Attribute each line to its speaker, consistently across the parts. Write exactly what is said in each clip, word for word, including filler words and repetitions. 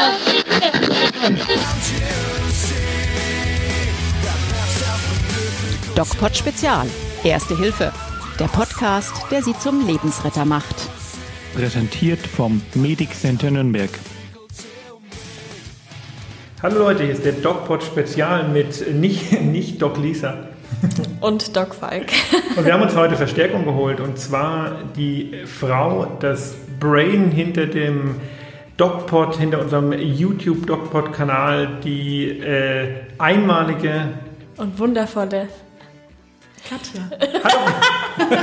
Speaker 1: DocPod Spezial. Erste Hilfe. Der Podcast, der Sie zum Lebensretter macht.
Speaker 2: Präsentiert vom Medic Center Nürnberg.
Speaker 3: Hallo Leute, hier ist der DocPod Spezial mit nicht, nicht Doc Lisa.
Speaker 4: Und Doc Falk.
Speaker 3: Und wir haben uns heute Verstärkung geholt, und zwar die Frau, das Brain hinter dem DocPod, hinter unserem YouTube DocPod-Kanal, die äh, einmalige
Speaker 4: und wundervolle
Speaker 5: Katja.
Speaker 3: Hallo.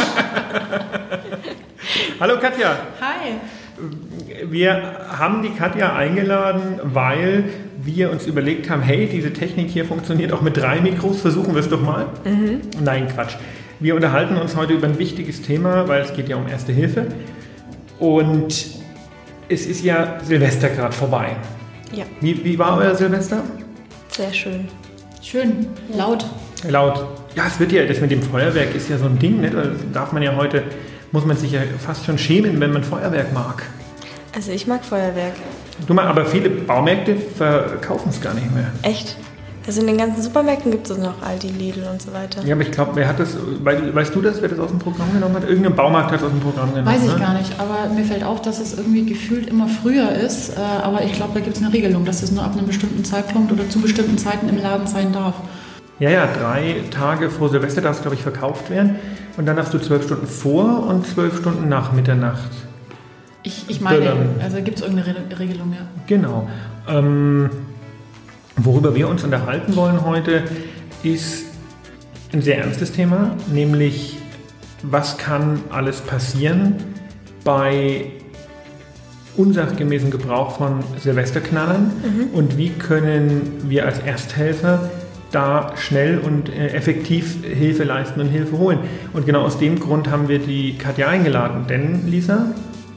Speaker 3: Hallo Katja.
Speaker 5: Hi.
Speaker 3: Wir haben die Katja eingeladen, weil wir uns überlegt haben, hey, diese Technik hier funktioniert auch mit drei Mikros, versuchen wir es doch mal. Mhm. Nein, Quatsch. Wir unterhalten uns heute über ein wichtiges Thema, weil es geht ja um Erste Hilfe. Und es ist ja Silvester gerade vorbei.
Speaker 4: Ja.
Speaker 3: Wie, wie war euer Silvester?
Speaker 4: Sehr schön.
Speaker 5: Schön. Laut.
Speaker 3: Laut. Ja, es wird ja, das mit dem Feuerwerk ist ja so ein Ding, nicht? Das darf man ja heute, muss man sich ja fast schon schämen, wenn man Feuerwerk mag.
Speaker 4: Also ich mag Feuerwerk.
Speaker 3: Du mal, aber viele Baumärkte verkaufen es gar nicht mehr.
Speaker 4: Echt? Also in den ganzen Supermärkten gibt es noch Aldi, Lidl und so weiter.
Speaker 3: Ja, aber ich glaube, wer hat das, weißt du das, wer das aus dem Programm genommen hat? Irgendein Baumarkt hat es aus dem Programm genommen.
Speaker 5: Weiß ich
Speaker 3: ne?
Speaker 5: gar nicht, aber mir fällt auf, dass es irgendwie gefühlt immer früher ist. Äh, aber ich glaube, da gibt es eine Regelung, dass es nur ab einem bestimmten Zeitpunkt oder zu bestimmten Zeiten im Laden sein darf.
Speaker 3: Ja, ja, drei Tage vor Silvester darf es, glaube ich, verkauft werden. Und dann darfst du zwölf Stunden vor und zwölf Stunden nach Mitternacht.
Speaker 5: Ich, ich meine,
Speaker 3: Böllern.
Speaker 5: also gibt es irgendeine Re- Regelung, ja.
Speaker 3: Genau. Ähm, worüber wir uns unterhalten wollen heute, ist ein sehr ernstes Thema, nämlich was kann alles passieren bei unsachgemäßem Gebrauch von Silvesterknallern mhm. und wie können wir als Ersthelfer da schnell und äh, effektiv Hilfe leisten und Hilfe holen. Und genau aus dem Grund haben wir die Katja eingeladen. Denn, Lisa?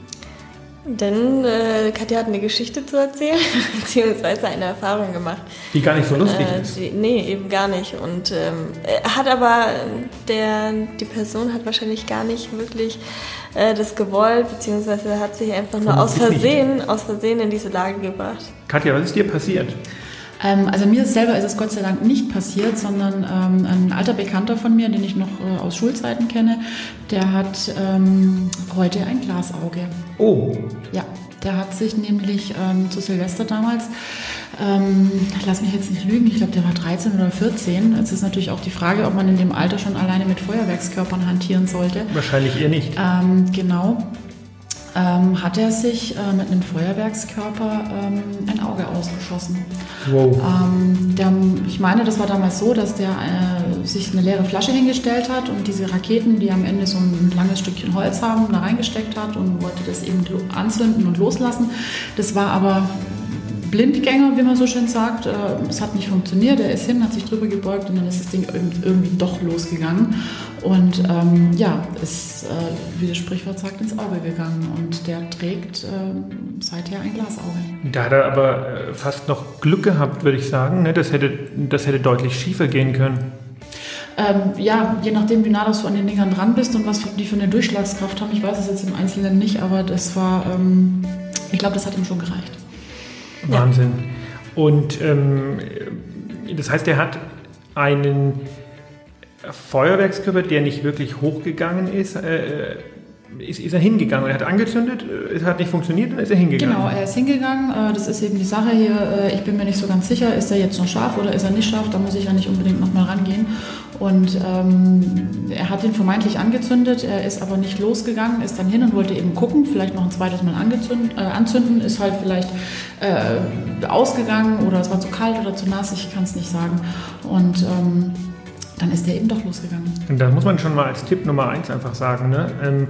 Speaker 4: Denn äh, Katja hat eine Geschichte zu erzählen, beziehungsweise eine Erfahrung gemacht.
Speaker 3: Die gar nicht so lustig
Speaker 4: äh,
Speaker 3: ist.
Speaker 4: Die, nee, eben gar nicht. Und ähm, hat aber, der, die Person hat wahrscheinlich gar nicht wirklich äh, das gewollt, beziehungsweise hat sich einfach nur aus Versehen, aus Versehen in diese Lage gebracht.
Speaker 3: Katja, was ist dir passiert?
Speaker 5: Ähm, also mir selber ist es Gott sei Dank nicht passiert, sondern ähm, ein alter Bekannter von mir, den ich noch äh, aus Schulzeiten kenne, der hat ähm, heute ein Glasauge.
Speaker 3: Oh.
Speaker 5: Ja, der hat sich nämlich ähm, zu Silvester damals, ähm, lass mich jetzt nicht lügen, ich glaube, der war dreizehn oder vierzehn. Es ist natürlich auch die Frage, ob man in dem Alter schon alleine mit Feuerwerkskörpern hantieren sollte.
Speaker 3: Wahrscheinlich eher nicht.
Speaker 5: Ähm, genau. Ähm, hat er sich äh, mit einem Feuerwerkskörper ähm, ein Auge ausgeschossen.
Speaker 3: Wow.
Speaker 5: Ähm, der, ich meine, das war damals so, dass der äh, sich eine leere Flasche hingestellt hat und diese Raketen, die am Ende so ein langes Stückchen Holz haben, da reingesteckt hat und wollte das eben anzünden und loslassen. Das war aber Blindgänger, wie man so schön sagt. Es hat nicht funktioniert, er ist hin, hat sich drüber gebeugt und dann ist das Ding irgendwie doch losgegangen. Und ähm, ja, ist, äh, wie das Sprichwort sagt, ins Auge gegangen. Und der trägt äh, seither ein Glasauge.
Speaker 3: Da hat er aber äh, fast noch Glück gehabt, würde ich sagen. Ne? Das hätte, das hätte deutlich schiefer gehen können.
Speaker 5: Ähm, ja, je nachdem, wie nah du an den Dingern dran bist und was die für eine Durchschlagskraft haben. Ich weiß es jetzt im Einzelnen nicht, aber das war, ähm, ich glaube, das hat ihm schon gereicht.
Speaker 3: Wahnsinn. Ja. Und ähm, das heißt, er hat einen Feuerwerkskörper, der nicht wirklich hochgegangen ist, äh, ist, ist er hingegangen. Er hat angezündet, es hat nicht funktioniert, dann ist er hingegangen.
Speaker 5: Genau, er ist hingegangen. Das ist eben die Sache hier. Ich bin mir nicht so ganz sicher, ist er jetzt noch scharf oder ist er nicht scharf? Da muss ich ja nicht unbedingt nochmal rangehen. Und ähm, er hat ihn vermeintlich angezündet, er ist aber nicht losgegangen, ist dann hin und wollte eben gucken, vielleicht noch ein zweites Mal angezünden, äh, anzünden, ist halt vielleicht äh, ausgegangen oder es war zu kalt oder zu nass, ich kann es nicht sagen. Und ähm, dann ist er eben doch losgegangen. Und
Speaker 3: da muss man schon mal als Tipp Nummer eins einfach sagen, ne? Ähm,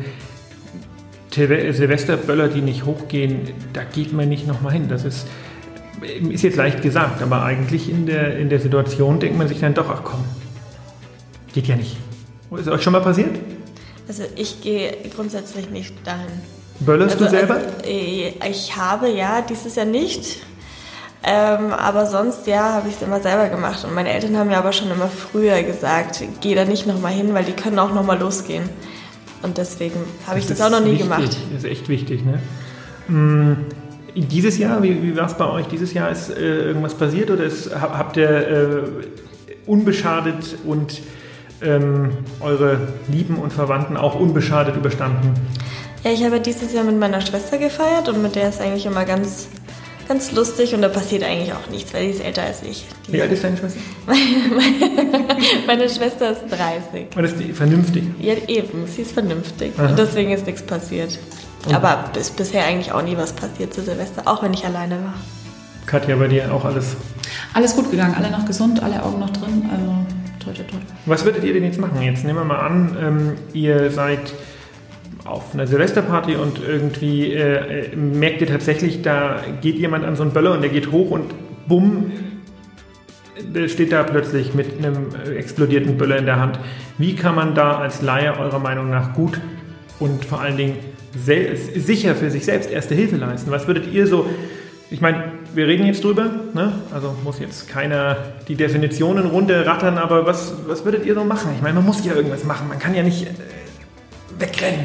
Speaker 3: Silvesterböller, die nicht hochgehen, da geht man nicht nochmal hin. Das ist, ist jetzt leicht gesagt, aber eigentlich in der, in der Situation denkt man sich dann doch, ach komm, geht ja nicht. Ist euch schon mal passiert?
Speaker 4: Also ich gehe grundsätzlich nicht dahin.
Speaker 3: Böllerst also, du selber?
Speaker 4: Also, ich habe ja dieses Jahr nicht. Ähm, aber sonst, ja, habe ich es immer selber gemacht. Und meine Eltern haben mir aber schon immer früher gesagt, geh da nicht nochmal hin, weil die können auch nochmal losgehen. Und deswegen habe ich das auch noch nie
Speaker 3: wichtig.
Speaker 4: gemacht.
Speaker 3: Das ist echt wichtig, ne? dieses Jahr, wie, wie war es bei euch? Dieses Jahr ist äh, irgendwas passiert oder ist, habt ihr äh, unbeschadet und ähm, eure Lieben und Verwandten auch unbeschadet überstanden?
Speaker 4: Ja, ich habe dieses Jahr mit meiner Schwester gefeiert und mit der ist eigentlich immer ganz, ganz lustig und da passiert eigentlich auch nichts, weil die ist älter als ich. Die
Speaker 3: Wie alt ist deine Schwester?
Speaker 4: Meine Schwester ist dreißig.
Speaker 3: Und ist die vernünftig?
Speaker 4: Ja, eben, sie ist vernünftig.
Speaker 3: Aha.
Speaker 4: Und deswegen ist nichts passiert.
Speaker 3: Und
Speaker 4: aber bis, bisher eigentlich auch nie was passiert zu Silvester, auch wenn ich alleine war.
Speaker 3: Katja, bei dir auch alles?
Speaker 5: Alles gut gegangen, alle noch gesund, alle Augen noch drin, also toi, toi, toi.
Speaker 3: Was würdet ihr denn jetzt machen? Jetzt nehmen wir mal an, ähm, ihr seid auf einer Silvesterparty und irgendwie äh, merkt ihr tatsächlich, da geht jemand an so einen Böller und der geht hoch und bumm, der steht da plötzlich mit einem explodierten Böller in der Hand. Wie kann man da als Laie eurer Meinung nach gut und vor allen Dingen sicher für sich selbst Erste Hilfe leisten? Was würdet ihr so, ich meine, wir reden jetzt drüber, ne? Also muss jetzt keiner die Definitionen runterrattern, aber was, was würdet ihr so machen? Ich meine, man muss ja irgendwas machen, man kann ja nicht äh, wegrennen.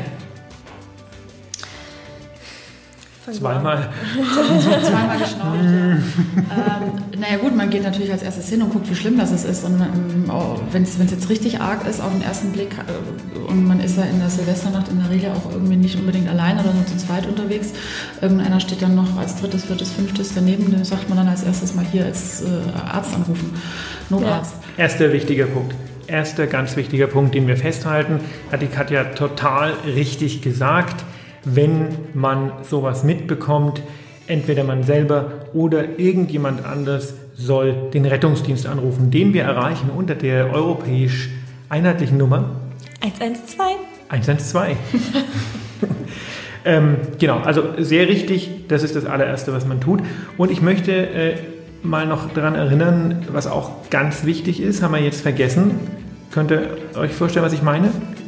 Speaker 3: Zweimal.
Speaker 5: Zweimal geschnauft, ja. ähm, naja gut, man geht natürlich als erstes hin und guckt, wie schlimm das ist. Und ähm, wenn es jetzt richtig arg ist auf den ersten Blick äh, und man ist ja in der Silvesternacht in der Regel auch irgendwie nicht unbedingt allein oder nur zu zweit unterwegs. Irgendeiner steht dann noch als drittes, viertes, fünftes daneben, dann sagt man dann als erstes mal hier als äh, Arzt anrufen, Notarzt.
Speaker 3: Ja. Erster wichtiger Punkt. Erster ganz wichtiger Punkt, den wir festhalten, hat die Katja total richtig gesagt. Wenn man sowas mitbekommt, entweder man selber oder irgendjemand anders soll den Rettungsdienst anrufen, den wir erreichen unter der europäisch einheitlichen Nummer
Speaker 4: eins eins zwei.
Speaker 3: eins eins zwei. ähm, genau, also sehr richtig, das ist das allererste, was man tut. Und ich möchte äh, mal noch daran erinnern, was auch ganz wichtig ist, haben wir jetzt vergessen. Könnt ihr euch vorstellen, was ich meine?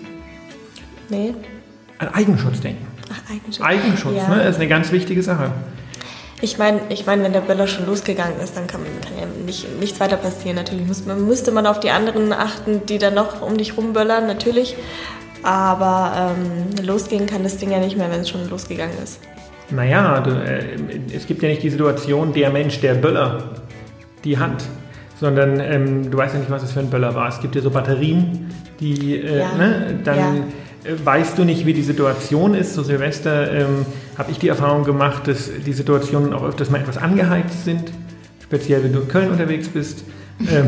Speaker 4: Nee.
Speaker 3: An Eigenschutz denken.
Speaker 4: Ach, Eigenschutz.
Speaker 3: Eigenschutz,
Speaker 4: ja.
Speaker 3: Ne? Das ist eine ganz wichtige Sache.
Speaker 4: Ich meine, ich mein, wenn der Böller schon losgegangen ist, dann kann, man, kann ja nicht, nichts weiter passieren. Natürlich muss man, müsste man auf die anderen achten, die dann noch um dich rumböllern, natürlich. Aber ähm, losgehen kann das Ding ja nicht mehr, wenn es schon losgegangen ist.
Speaker 3: Naja, du, äh, es gibt ja nicht die Situation, der Mensch, der Böller, die Hand. Sondern ähm, du weißt ja nicht, was es für ein Böller war. Es gibt ja so Batterien, die, äh,
Speaker 4: ja.
Speaker 3: ne, dann...
Speaker 4: Ja.
Speaker 3: Weißt du nicht, wie die Situation ist? So Silvester ähm, habe ich die Erfahrung gemacht, dass die Situationen auch öfters mal etwas angeheizt sind, speziell wenn du in Köln unterwegs bist. ähm,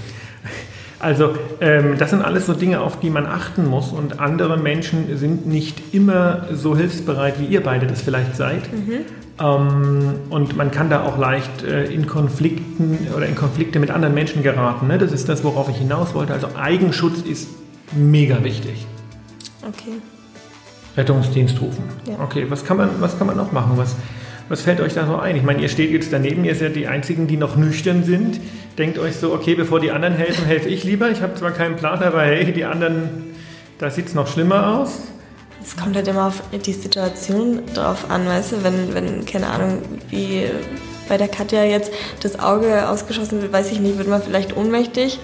Speaker 3: also ähm, das sind alles so Dinge, auf die man achten muss und andere Menschen sind nicht immer so hilfsbereit, wie ihr beide das vielleicht seid. Mhm. Ähm, und man kann da auch leicht äh, in Konflikten oder in Konflikte mit anderen Menschen geraten. Ne? Das ist das, worauf ich hinaus wollte. Also Eigenschutz ist mega wichtig.
Speaker 4: Okay.
Speaker 3: Rettungsdienst rufen.
Speaker 4: Ja.
Speaker 3: Okay, was kann man, was kann man noch machen? Was, was fällt euch da so ein? Ich meine, ihr steht jetzt daneben, ihr seid die Einzigen, die noch nüchtern sind. Denkt euch so, okay, bevor die anderen helfen, helfe ich lieber. Ich habe zwar keinen Plan, aber hey, die anderen, da sieht es noch schlimmer aus.
Speaker 4: Es kommt halt immer auf die Situation drauf an, weißt du, wenn, wenn, keine Ahnung, wie bei der Katja jetzt das Auge ausgeschossen wird, weiß ich nicht, wird man vielleicht ohnmächtig.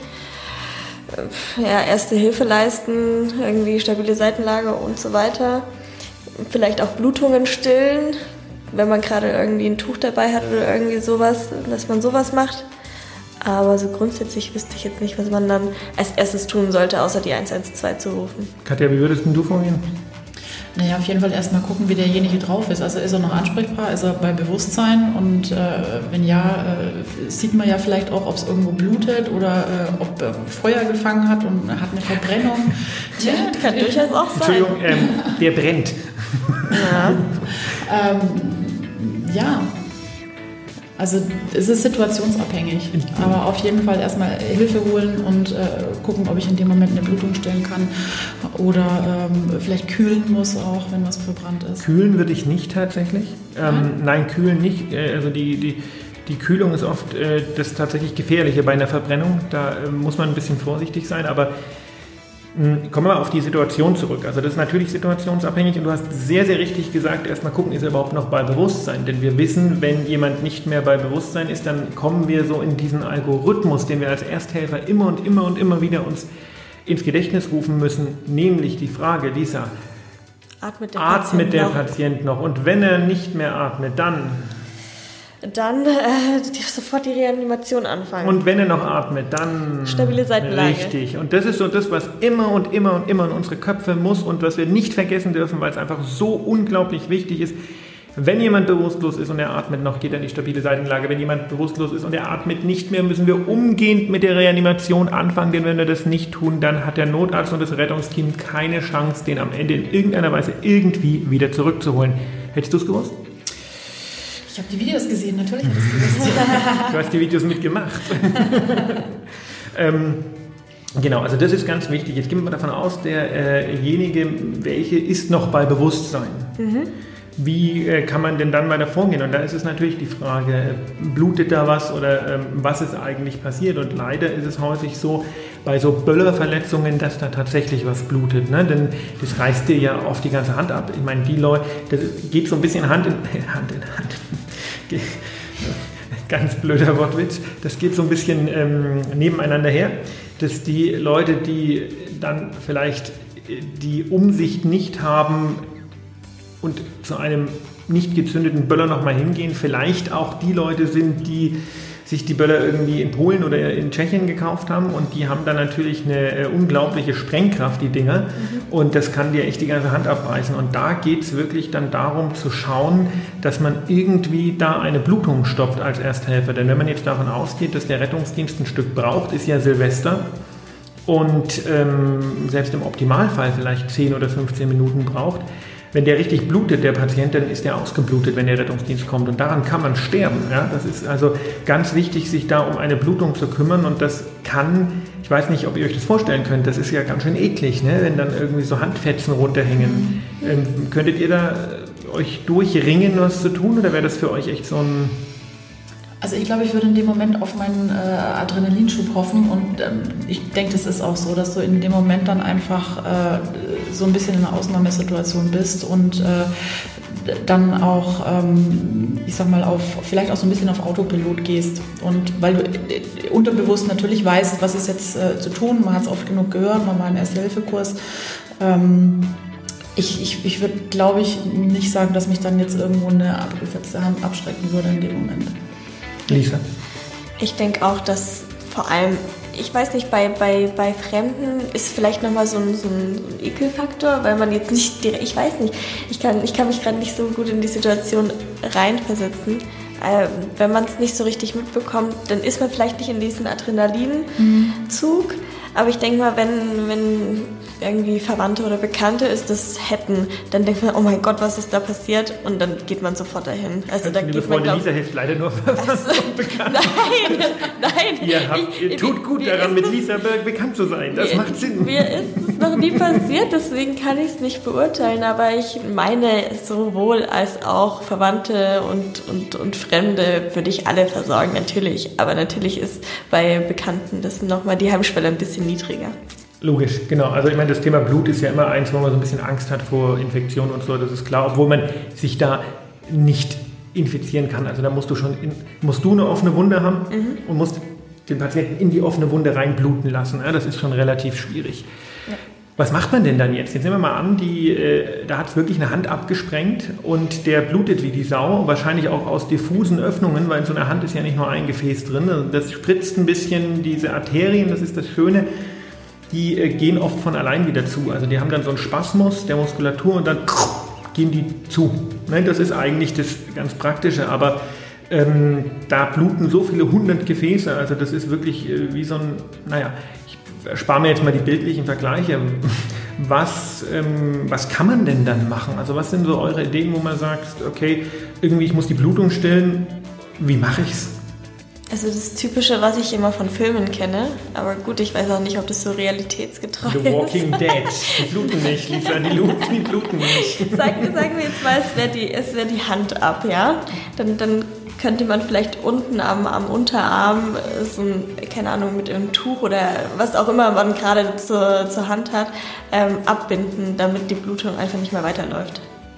Speaker 4: Ja, Erste Hilfe leisten, irgendwie stabile Seitenlage und so weiter. Vielleicht auch Blutungen stillen, wenn man gerade irgendwie ein Tuch dabei hat oder irgendwie sowas, dass man sowas macht. Aber so grundsätzlich wüsste ich jetzt nicht, was man dann als erstes tun sollte, außer die eins eins zwei zu rufen.
Speaker 3: Katja, wie würdest denn du vorgehen?
Speaker 5: Naja, auf jeden Fall erstmal gucken, wie derjenige drauf ist. Also ist er noch ansprechbar, ist er bei Bewusstsein und äh, wenn ja, äh, sieht man ja vielleicht auch, ob es irgendwo blutet oder äh, ob er Feuer gefangen hat und hat eine Verbrennung.
Speaker 4: Tja, kann durchaus auch sein.
Speaker 3: Entschuldigung, ähm, der brennt.
Speaker 5: Ja. ähm, ja. Also es ist situationsabhängig, aber auf jeden Fall erstmal Hilfe holen und äh, gucken, ob ich in dem Moment eine Blutung stellen kann oder ähm, vielleicht kühlen muss auch, wenn was verbrannt ist.
Speaker 3: Kühlen würde ich nicht tatsächlich. Ähm, nein, kühlen nicht. Äh, also die, die, die Kühlung ist oft äh, das tatsächlich Gefährliche bei einer Verbrennung. Da äh, muss man ein bisschen vorsichtig sein, aber kommen wir mal auf die Situation zurück. Also das ist natürlich situationsabhängig und du hast sehr, sehr richtig gesagt, erstmal gucken, ist er überhaupt noch bei Bewusstsein. Denn wir wissen, wenn jemand nicht mehr bei Bewusstsein ist, dann kommen wir so in diesen Algorithmus, den wir als Ersthelfer immer und immer und immer wieder uns ins Gedächtnis rufen müssen, nämlich die Frage, Lisa,
Speaker 4: atmet der,
Speaker 3: atmet
Speaker 4: Patient,
Speaker 3: der
Speaker 4: noch?
Speaker 3: Patient noch? Und wenn er nicht mehr atmet, dann...
Speaker 4: dann äh, die, sofort die Reanimation anfangen.
Speaker 3: Und wenn er noch atmet, dann...
Speaker 4: Stabile Seitenlage.
Speaker 3: Richtig. Und das ist so das, was immer und immer und immer in unsere Köpfe muss und was wir nicht vergessen dürfen, weil es einfach so unglaublich wichtig ist. Wenn jemand bewusstlos ist und er atmet noch, geht er in die stabile Seitenlage. Wenn jemand bewusstlos ist und er atmet nicht mehr, müssen wir umgehend mit der Reanimation anfangen, denn wenn wir das nicht tun, dann hat der Notarzt und das Rettungsteam keine Chance, den am Ende in irgendeiner Weise irgendwie wieder zurückzuholen. Hättest du es gewusst?
Speaker 5: Ich habe die Videos gesehen, natürlich habe ich es gewusst.
Speaker 3: Du hast die Videos mitgemacht. ähm, genau, also das ist ganz wichtig. Jetzt gehen wir davon aus, derjenige, welche ist noch bei Bewusstsein. Mhm. Wie äh, kann man denn dann weiter vorgehen? Und da ist es natürlich die Frage, äh, blutet da was oder ähm, was ist eigentlich passiert? Und leider ist es häufig so, bei so Böllerverletzungen, dass da tatsächlich was blutet. Ne? Denn das reißt dir ja oft die ganze Hand ab. Ich meine, die Leute, das geht so ein bisschen Hand in Hand. In Hand. Ganz blöder Wortwitz. Das geht so ein bisschen ähm, nebeneinander her, dass die Leute, die dann vielleicht die Umsicht nicht haben, und zu einem nicht gezündeten Böller nochmal hingehen, vielleicht auch die Leute sind, die sich die Böller irgendwie in Polen oder in Tschechien gekauft haben und die haben dann natürlich eine äh, unglaubliche Sprengkraft, die Dinger, mhm. und das kann dir echt die ganze Hand abreißen und da geht es wirklich dann darum zu schauen, dass man irgendwie da eine Blutung stoppt als Ersthelfer, denn wenn man jetzt davon ausgeht, dass der Rettungsdienst ein Stück braucht, ist ja Silvester und ähm, selbst im Optimalfall vielleicht zehn oder fünfzehn Minuten braucht. Wenn der richtig blutet, der Patient, dann ist der ausgeblutet, wenn der Rettungsdienst kommt. Und daran kann man sterben. Ja? Das ist also ganz wichtig, sich da um eine Blutung zu kümmern. Und das kann, ich weiß nicht, ob ihr euch das vorstellen könnt, das ist ja ganz schön eklig, ne? Wenn dann irgendwie so Handfetzen runterhängen. Mhm. Ähm, könntet ihr da euch durchringen, was zu tun? Oder wäre das für euch echt so ein...
Speaker 5: Also ich glaube, ich würde in dem Moment auf meinen äh, Adrenalinschub hoffen und ähm, ich denke, das ist auch so, dass du in dem Moment dann einfach äh, so ein bisschen in einer Ausnahmesituation bist und äh, dann auch, ähm, ich sag mal, auf, vielleicht auch so ein bisschen auf Autopilot gehst und weil du äh, unterbewusst natürlich weißt, was ist jetzt äh, zu tun, man hat es oft genug gehört, man war im Erste-Hilfe-Kurs. Ähm, ich ich, ich würde, glaube ich, nicht sagen, dass mich dann jetzt irgendwo eine abgefetzte Hand abschrecken würde in dem Moment.
Speaker 3: Lisa?
Speaker 4: Ich denke auch, dass vor allem, ich weiß nicht, bei, bei, bei Fremden ist vielleicht nochmal so ein, so ein Ekelfaktor, weil man jetzt nicht direkt, ich weiß nicht, ich kann, ich kann mich gerade nicht so gut in die Situation reinversetzen. Äh, wenn man es nicht so richtig mitbekommt, dann ist man vielleicht nicht in diesem Adrenalinzug. Mhm. Aber ich denke mal, wenn, wenn irgendwie Verwandte oder Bekannte ist, das hätten, dann denkt man, oh mein Gott, was ist da passiert? Und dann geht man sofort dahin. Also da
Speaker 3: liebe
Speaker 4: geht
Speaker 3: Freunde,
Speaker 4: man,
Speaker 3: Lisa hilft leider nur Verwandte
Speaker 4: also,
Speaker 3: und Bekannte.
Speaker 4: Nein, nein.
Speaker 3: Ihr, habt, ihr
Speaker 4: ich,
Speaker 3: tut gut daran, mit Lisa Berg bekannt zu sein. Das
Speaker 4: mir,
Speaker 3: macht Sinn.
Speaker 4: Mir ist es noch nie passiert, deswegen kann ich es nicht beurteilen. Aber ich meine, sowohl als auch Verwandte und, und, und Fremde würde ich alle versorgen, natürlich. Aber natürlich ist bei Bekannten das nochmal die Hemmschwelle ein bisschen niedriger.
Speaker 3: Logisch, genau. Also ich meine, das Thema Blut ist ja immer eins, wo man so ein bisschen Angst hat vor Infektionen und so, das ist klar, obwohl man sich da nicht infizieren kann. Also da musst du schon, in, musst du eine offene Wunde haben mhm. und musst den Patienten in die offene Wunde reinbluten lassen. Ja, das ist schon relativ schwierig. Ja. Was macht man denn dann jetzt? Jetzt nehmen wir mal an, die, äh, da hat es wirklich eine Hand abgesprengt und der blutet wie die Sau, wahrscheinlich auch aus diffusen Öffnungen, weil in so einer Hand ist ja nicht nur ein Gefäß drin. Also das spritzt ein bisschen, diese Arterien, das ist das Schöne, die äh, gehen oft von allein wieder zu. Also die haben dann so einen Spasmus der Muskulatur und dann gehen die zu. Ne? Das ist eigentlich das ganz Praktische, aber ähm, da bluten so viele hundert Gefäße, also das ist wirklich äh, wie so ein, naja, ich spare mir jetzt mal die bildlichen Vergleiche. Was, ähm, was kann man denn dann machen? Also was sind so eure Ideen, wo man sagt, okay, irgendwie ich muss die Blutung stillen, wie mache ich's?
Speaker 4: Also das Typische, was ich immer von Filmen kenne, aber gut, ich weiß auch nicht, ob das so realitätsgetreu ist.
Speaker 3: The Walking Dead. Die bluten nicht, Lisa, die bluten, die bluten nicht.
Speaker 4: Sagen, sagen wir jetzt mal, es wäre die, es wär die Hand ab, ja? Dann, dann könnte man vielleicht unten am, am Unterarm so ein, keine Ahnung, mit einem Tuch oder was auch immer man gerade zur, zur Hand hat, ähm, abbinden, damit die Blutung einfach nicht mehr weiterläuft.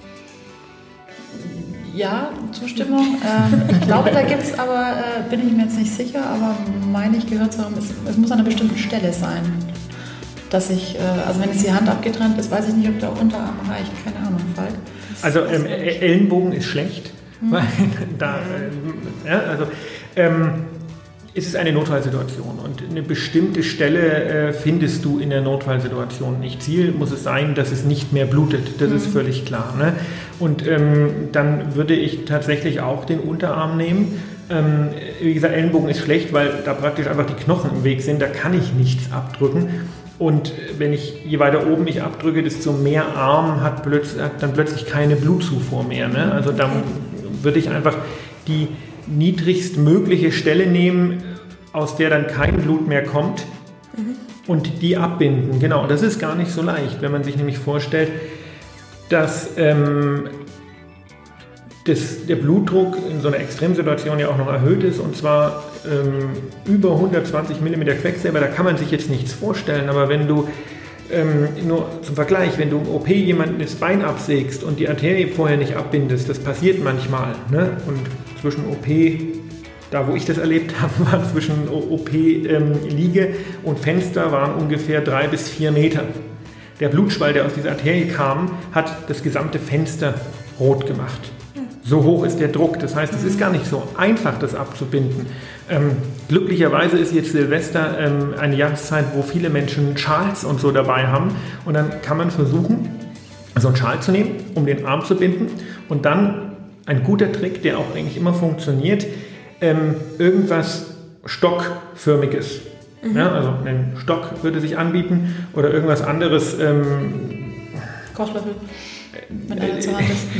Speaker 5: Ja, Zustimmung. Ähm, ich glaube, da gibt es aber, äh, bin ich mir jetzt nicht sicher, aber meine ich gehört zu haben, es, es muss an einer bestimmten Stelle sein. Dass ich, äh, also wenn jetzt die Hand abgetrennt ist, weiß ich nicht, ob der Unterarm reicht, keine Ahnung, Falk.
Speaker 3: Also ähm, Ellenbogen ist schlecht. Mhm. Weil da, äh, ja, also, ähm, es ist eine Notfallsituation und eine bestimmte Stelle äh, findest du in der Notfallsituation nicht. Ziel muss es sein, dass es nicht mehr blutet, das mhm. ist völlig klar. Ne? Und ähm, dann würde ich tatsächlich auch den Unterarm nehmen. Ähm, wie gesagt, Ellenbogen ist schlecht, weil da praktisch einfach die Knochen im Weg sind, da kann ich nichts abdrücken. Und wenn ich, je weiter oben ich abdrücke, desto mehr Arm hat, plötzlich, hat dann plötzlich keine Blutzufuhr mehr. Ne? Also da würde ich einfach die niedrigstmögliche Stelle nehmen, aus der dann kein Blut mehr kommt mhm. und die abbinden. Genau, das ist gar nicht so leicht, wenn man sich nämlich vorstellt, dass ähm, das, der Blutdruck in so einer Extremsituation ja auch noch erhöht ist und zwar ähm, über hundertzwanzig Millimeter Quecksilber, da kann man sich jetzt nichts vorstellen, aber wenn du Ähm, nur zum Vergleich, wenn du im O P jemanden das Bein absägst und die Arterie vorher nicht abbindest, das passiert manchmal. Ne? Und zwischen O P, da wo ich das erlebt habe, war zwischen O P-Liege ähm, und Fenster waren ungefähr drei bis vier Meter. Der Blutschwall, der aus dieser Arterie kam, hat das gesamte Fenster rot gemacht. So hoch ist der Druck. Das heißt, es ist gar nicht so einfach, das abzubinden. Ähm, glücklicherweise ist jetzt Silvester ähm, eine Jahreszeit, wo viele Menschen Schals und so dabei haben. Und dann kann man versuchen, so einen Schal zu nehmen, um den Arm zu binden. Und dann ein guter Trick, der auch eigentlich immer funktioniert, ähm, irgendwas Stockförmiges. Mhm. Ja, also ein Stock würde sich anbieten oder irgendwas anderes. Ähm,
Speaker 5: Kochlöffel. Wenn einer zur Hand ist.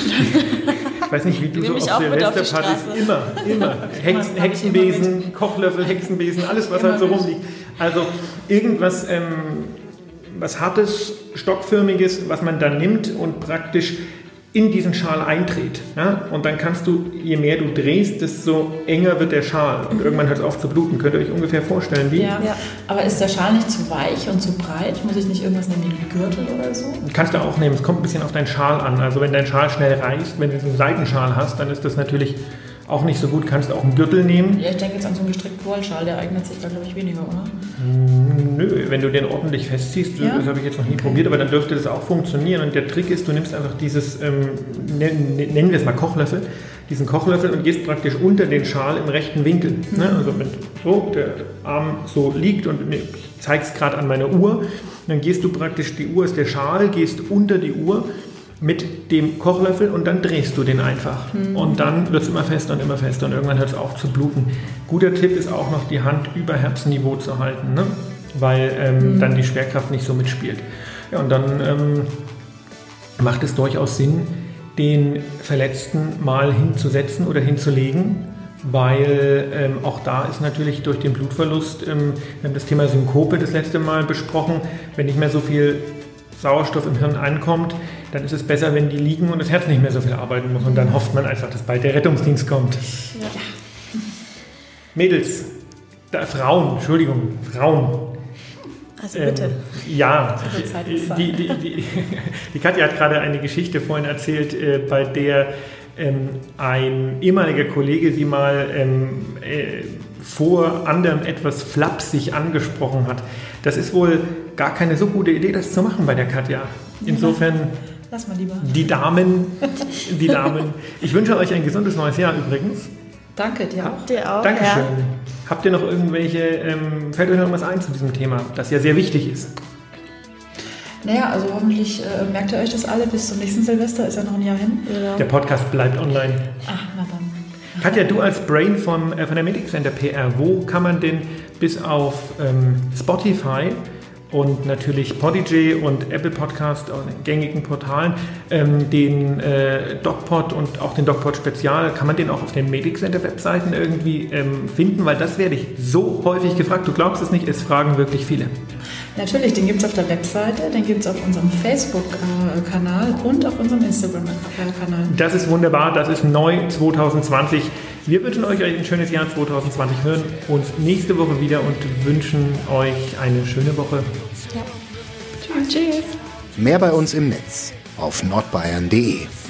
Speaker 3: Ich weiß nicht, wie du so auf Silvesterpartys immer, immer. Hexen, Hexenbesen, Kochlöffel, Hexenbesen, alles, was halt so rumliegt. Also irgendwas, ähm, was Hartes, Stockförmiges, was man dann nimmt und praktisch in diesen Schal eindreht. Ja? Und dann kannst du, je mehr du drehst, desto enger wird der Schal. Und irgendwann hört es auf zu bluten. Könnt ihr euch ungefähr vorstellen, wie?
Speaker 5: Ja. Ja. Aber ist der Schal nicht zu weich und zu breit? Muss ich nicht irgendwas nehmen wie einen Gürtel oder so?
Speaker 3: Kannst du auch nehmen. Es kommt ein bisschen auf deinen Schal an. Also wenn dein Schal schnell reißt, wenn du einen Seitenschal hast, dann ist das natürlich auch nicht so gut. Kannst du auch einen Gürtel nehmen.
Speaker 5: Ja, ich denke jetzt an so einen gestrickten Wollschal. Der eignet sich da, glaube ich, weniger, oder?
Speaker 3: Nö, wenn du den ordentlich festziehst, ja? Das habe ich jetzt noch nie okay. probiert, aber dann dürfte das auch funktionieren. Und der Trick ist, du nimmst einfach dieses, ähm, nennen wir es mal Kochlöffel, diesen Kochlöffel und gehst praktisch unter den Schal im rechten Winkel. Mhm. Ne? Also wenn so der Arm so liegt und ich zeige es gerade an meiner Uhr, dann gehst du praktisch, die Uhr ist der Schal, gehst unter die Uhr mit dem Kochlöffel und dann drehst du den einfach. Mhm. Und dann wird es immer fester und immer fester und irgendwann hört es auf zu bluten. Guter Tipp ist auch noch, die Hand über Herzniveau zu halten, ne? Weil ähm, mhm. dann die Schwerkraft nicht so mitspielt. Ja, und dann ähm, macht es durchaus Sinn, den Verletzten mal hinzusetzen oder hinzulegen, weil ähm, auch da ist natürlich durch den Blutverlust, ähm, wir haben das Thema Synkope das letzte Mal besprochen, wenn nicht mehr so viel Sauerstoff im Hirn ankommt, dann ist es besser, wenn die liegen und das Herz nicht mehr so viel arbeiten muss. Und dann hofft man einfach, dass bald der Rettungsdienst kommt. Ja. Mädels, da, Frauen, Entschuldigung, Frauen.
Speaker 4: Also bitte.
Speaker 3: Ähm, ja, die, die, die, die Katja hat gerade eine Geschichte vorhin erzählt, äh, bei der ähm, ein ehemaliger Kollege sie mal ähm, äh, vor anderem etwas flapsig angesprochen hat. Das ist wohl gar keine so gute Idee, das zu machen bei der Katja. Insofern,
Speaker 5: lass mal lieber.
Speaker 3: Die Damen, die Damen. Ich wünsche euch ein gesundes neues Jahr übrigens.
Speaker 5: Danke, dir auch.
Speaker 4: Dir auch.
Speaker 3: Dankeschön.
Speaker 4: Ja.
Speaker 3: Habt ihr noch irgendwelche, ähm, fällt euch noch was ein zu diesem Thema, das ja sehr wichtig ist?
Speaker 5: Naja, also hoffentlich äh, merkt ihr euch das alle bis zum nächsten Silvester, ist ja noch ein Jahr hin.
Speaker 3: Ja. Der Podcast bleibt online.
Speaker 5: Ach, na dann.
Speaker 3: Katja, du als Brain vom, äh, von der Medic Center P R, wo kann man denn bis auf ähm, Spotify und natürlich Podigy und Apple Podcast auf den gängigen Portalen, ähm, den äh, DocPod und auch den DocPod Spezial, kann man den auch auf den Medic Center Webseiten irgendwie ähm, finden? Weil das werde ich so häufig gefragt. Du glaubst es nicht, es fragen wirklich viele.
Speaker 5: Natürlich, den gibt es auf der Webseite, den gibt es auf unserem Facebook-Kanal und auf unserem Instagram-Kanal.
Speaker 3: Das ist wunderbar, das ist neu zwanzig zwanzig. Wir wünschen euch ein schönes Jahr zwanzig zwanzig, hören uns nächste Woche wieder und wünschen euch eine schöne Woche.
Speaker 4: Ja. Tschüss.
Speaker 6: Mehr bei uns im Netz auf nordbayern punkt de.